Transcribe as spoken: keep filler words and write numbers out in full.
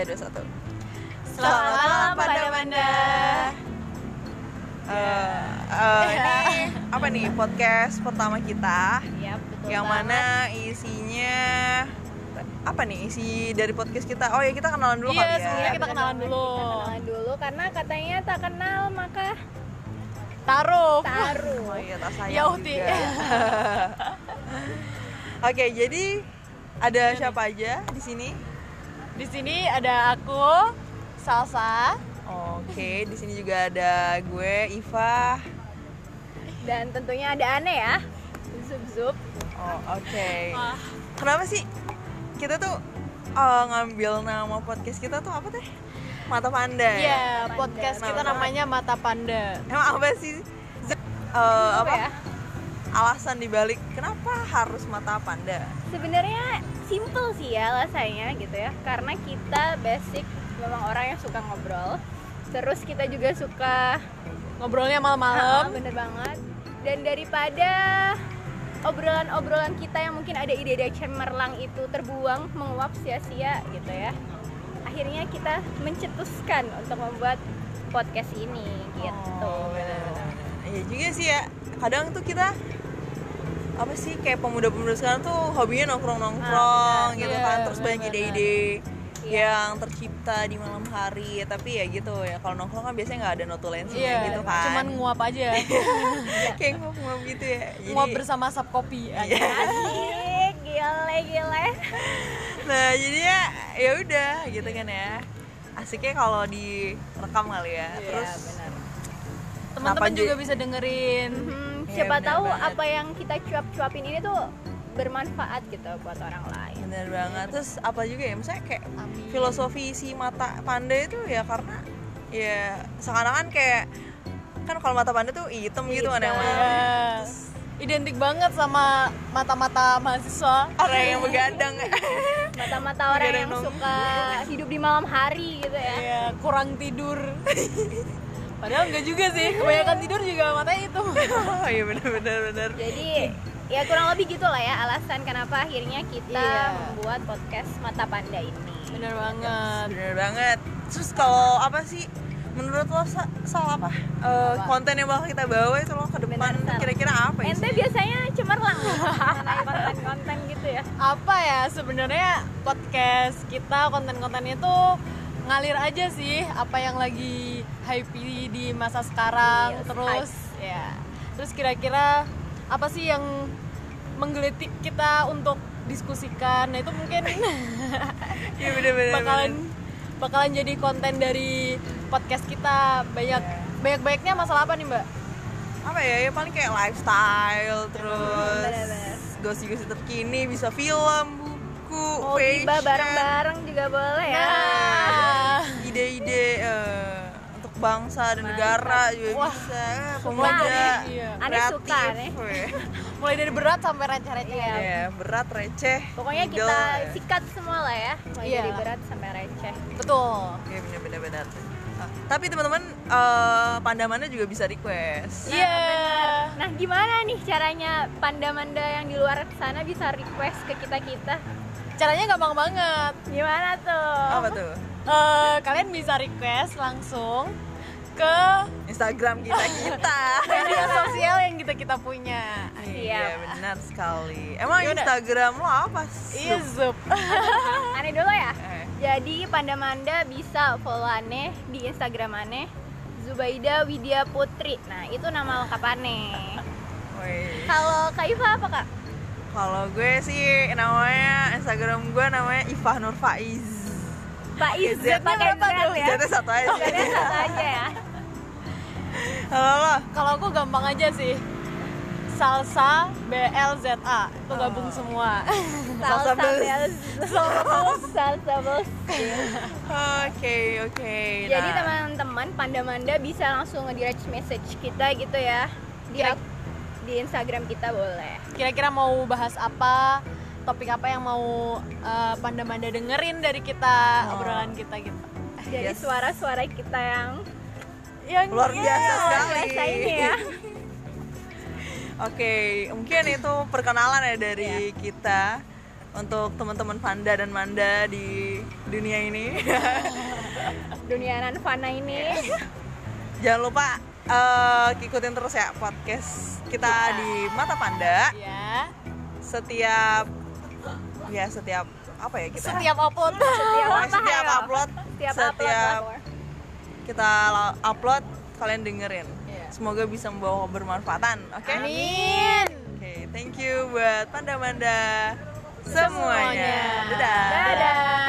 tiga, dua, satu. Selamat malam Panda-Panda. Uh, uh, ini apa nih podcast pertama kita? Iya, betul yang banget. mana isinya apa nih isi dari podcast kita? Oh ya, kita kenalan dulu Iya, kali ya. sebelumnya kita kenalan dulu. Kita kenalan dulu karena katanya tak kenal maka Taruh. taruh. Oh iya, tak sayang Yauti. juga. Oke, jadi ada siapa aja di sini? Di sini ada aku, Salsa. Oke, di sini juga ada gue, Iva. Dan tentunya ada Ane ya. Zup zup. Oh, oke. Wah. Kenapa sih kita tuh uh, ngambil nama podcast kita tuh apa teh? Mata Panda. ya? Iya, Panda. podcast kita Nama- namanya Mata Panda. Emang apa sih? Uh, apa? ya? Alasan dibalik kenapa harus Mata Panda? Sebenarnya simple sih ya alasannya gitu ya. Karena kita basic memang orang yang suka ngobrol. Terus kita juga suka Ngobrolnya Ah, malam-malam. bener banget. Dan daripada obrolan-obrolan kita yang mungkin ada ide-ide cemerlang itu terbuang, menguap sia-sia gitu ya. Akhirnya kita mencetuskan untuk membuat podcast ini gitu. Oh, benar-benar. Iya juga sih ya. Kadang tuh kita apa sih kayak pemuda-pemuda sekarang tuh hobinya nongkrong-nongkrong Ah, benar. gitu Iya, kan, terus banyak benar. ide-ide Iya. yang tercipta di malam hari. Tapi ya gitu ya, kalau nongkrong kan biasanya nggak ada notulensinya Iya, gitu kan. cuman nguap aja. kayak nguap-nguap gitu ya. Jadi, Nguap bersama sap kopi. Iya. Asik, gile gile. Nah jadinya ya udah gitu kan ya. Asiknya kalau direkam kali ya. Terus benar. Teman-teman Kenapa, juga Ji? bisa dengerin. Hmm, Iya, siapa benar tahu banget. apa yang kita cuap-cuapin ini tuh bermanfaat gitu buat orang lain. bener banget. Terus apa juga ya, misalnya kayak Amin. filosofi si Mata Panda itu ya karena ya sekarang kan kayak kan kalau mata panda tuh hitam gitu kan Hitam. emang. Iya. Identik banget sama mata-mata mahasiswa. Orang yang begadang. Mata-mata orang Begadang yang dong. suka hidup di malam hari gitu ya. Iya, kurang tidur. Padahal enggak juga sih, kebanyakan tidur juga matanya itu. Oh iya benar-benar benar. Jadi ya kurang lebih gitu lah ya alasan kenapa akhirnya kita Iya. membuat podcast Mata Panda ini. Bener banget. Bener banget. Terus kalau apa sih menurut lo Sa- soal apa? Eh, konten yang bakal kita bawa itu lo ke depan Bener, Sal. kira-kira apa ya? Ente biasanya cemerlang mengenai konten-konten gitu ya. Apa ya sebenarnya podcast kita konten-kontennya itu ngalir aja sih apa yang lagi hype di masa sekarang. Yes, Terus ya. Terus kira-kira apa sih yang menggelitik kita untuk diskusikan? Nah, itu mungkin Iya bener-bener. bakalan bakalan jadi konten dari podcast kita. Banyak banyak-banyaknya masalah apa nih, Mbak? Apa ya? Ya paling kayak lifestyle terus bener-bener. gosip-gosip terkini, bisa film, buku, Mau tiba fashion, bareng-bareng juga boleh ya. Nah, ide-ide eh, untuk bangsa dan negara juga Wah, bisa. Eh, suka Pemuda nih. Iya. Aneh suka nih. weh. mulai dari berat sampai receh-receh. Iya. Ya, berat, receh. Pokoknya legal, kita ya. sikat semua lah ya. Mulai Iya. dari berat sampai receh. Betul. Oke, bener-bener benar. Ah, tapi teman-teman, eh, Panda-Manda juga bisa request. Iya. Nah, gimana nih caranya Panda-Manda yang di luar sana bisa request ke kita-kita? Caranya gampang banget. Gimana tuh? Apa tuh? Eh, kalian bisa request langsung ke Instagram kita kita. media sosial yang kita kita punya. Iya, benar sekali. Emang Yaudah. Instagram lo apa? Iya, Zup. Aneh dulu ya. Eh, Jadi Panda-Manda bisa follow Aneh di Instagram Aneh Zubaida Widya Putri. Nah, itu nama lengkap Aneh. woi. Kalau Kak Iva apa, Kak? Kalau gue sih namanya Instagram gue namanya Ifah Nur Faiz. Pak Iz Z-nya pakai berapa Z tuh? ya. Z-nya satu aja. Z-nya satu aja ya. Halo lo. Kalau aku gampang aja sih. Salsa B L Z A. Itu gabung semua. Salsa Bus. Salsa Bus. Oke, oke. Jadi Nah, teman-teman Panda-Manda bisa langsung nge-direct message kita gitu ya. Di Kira- di Instagram kita boleh. Kira-kira mau bahas apa? Topik apa yang mau eh, Panda-Manda dengerin dari kita, Oh. obrolan kita gitu. Jadi Yes. suara-suara kita yang Yang luar iya. biasa sekali. biasa ini ya. Oke, mungkin itu perkenalan ya dari kita. untuk teman-teman Panda dan Manda di dunia ini. Dunia nan fana ini. Jangan lupa uh, ikutin terus ya podcast kita Ya. di Mata Panda. Ya. Setiap ya setiap apa ya kita? Setiap upload. Setiap Oh, apa, setiap Hayo? upload, Setiap, setiap upload kita la- upload kalian dengerin. Iya. Semoga bisa membawa kebermanfaatan. Oke? Amin. Oke, thank you buat Panda Manda semuanya. Semuanya. Dadah. Dadah.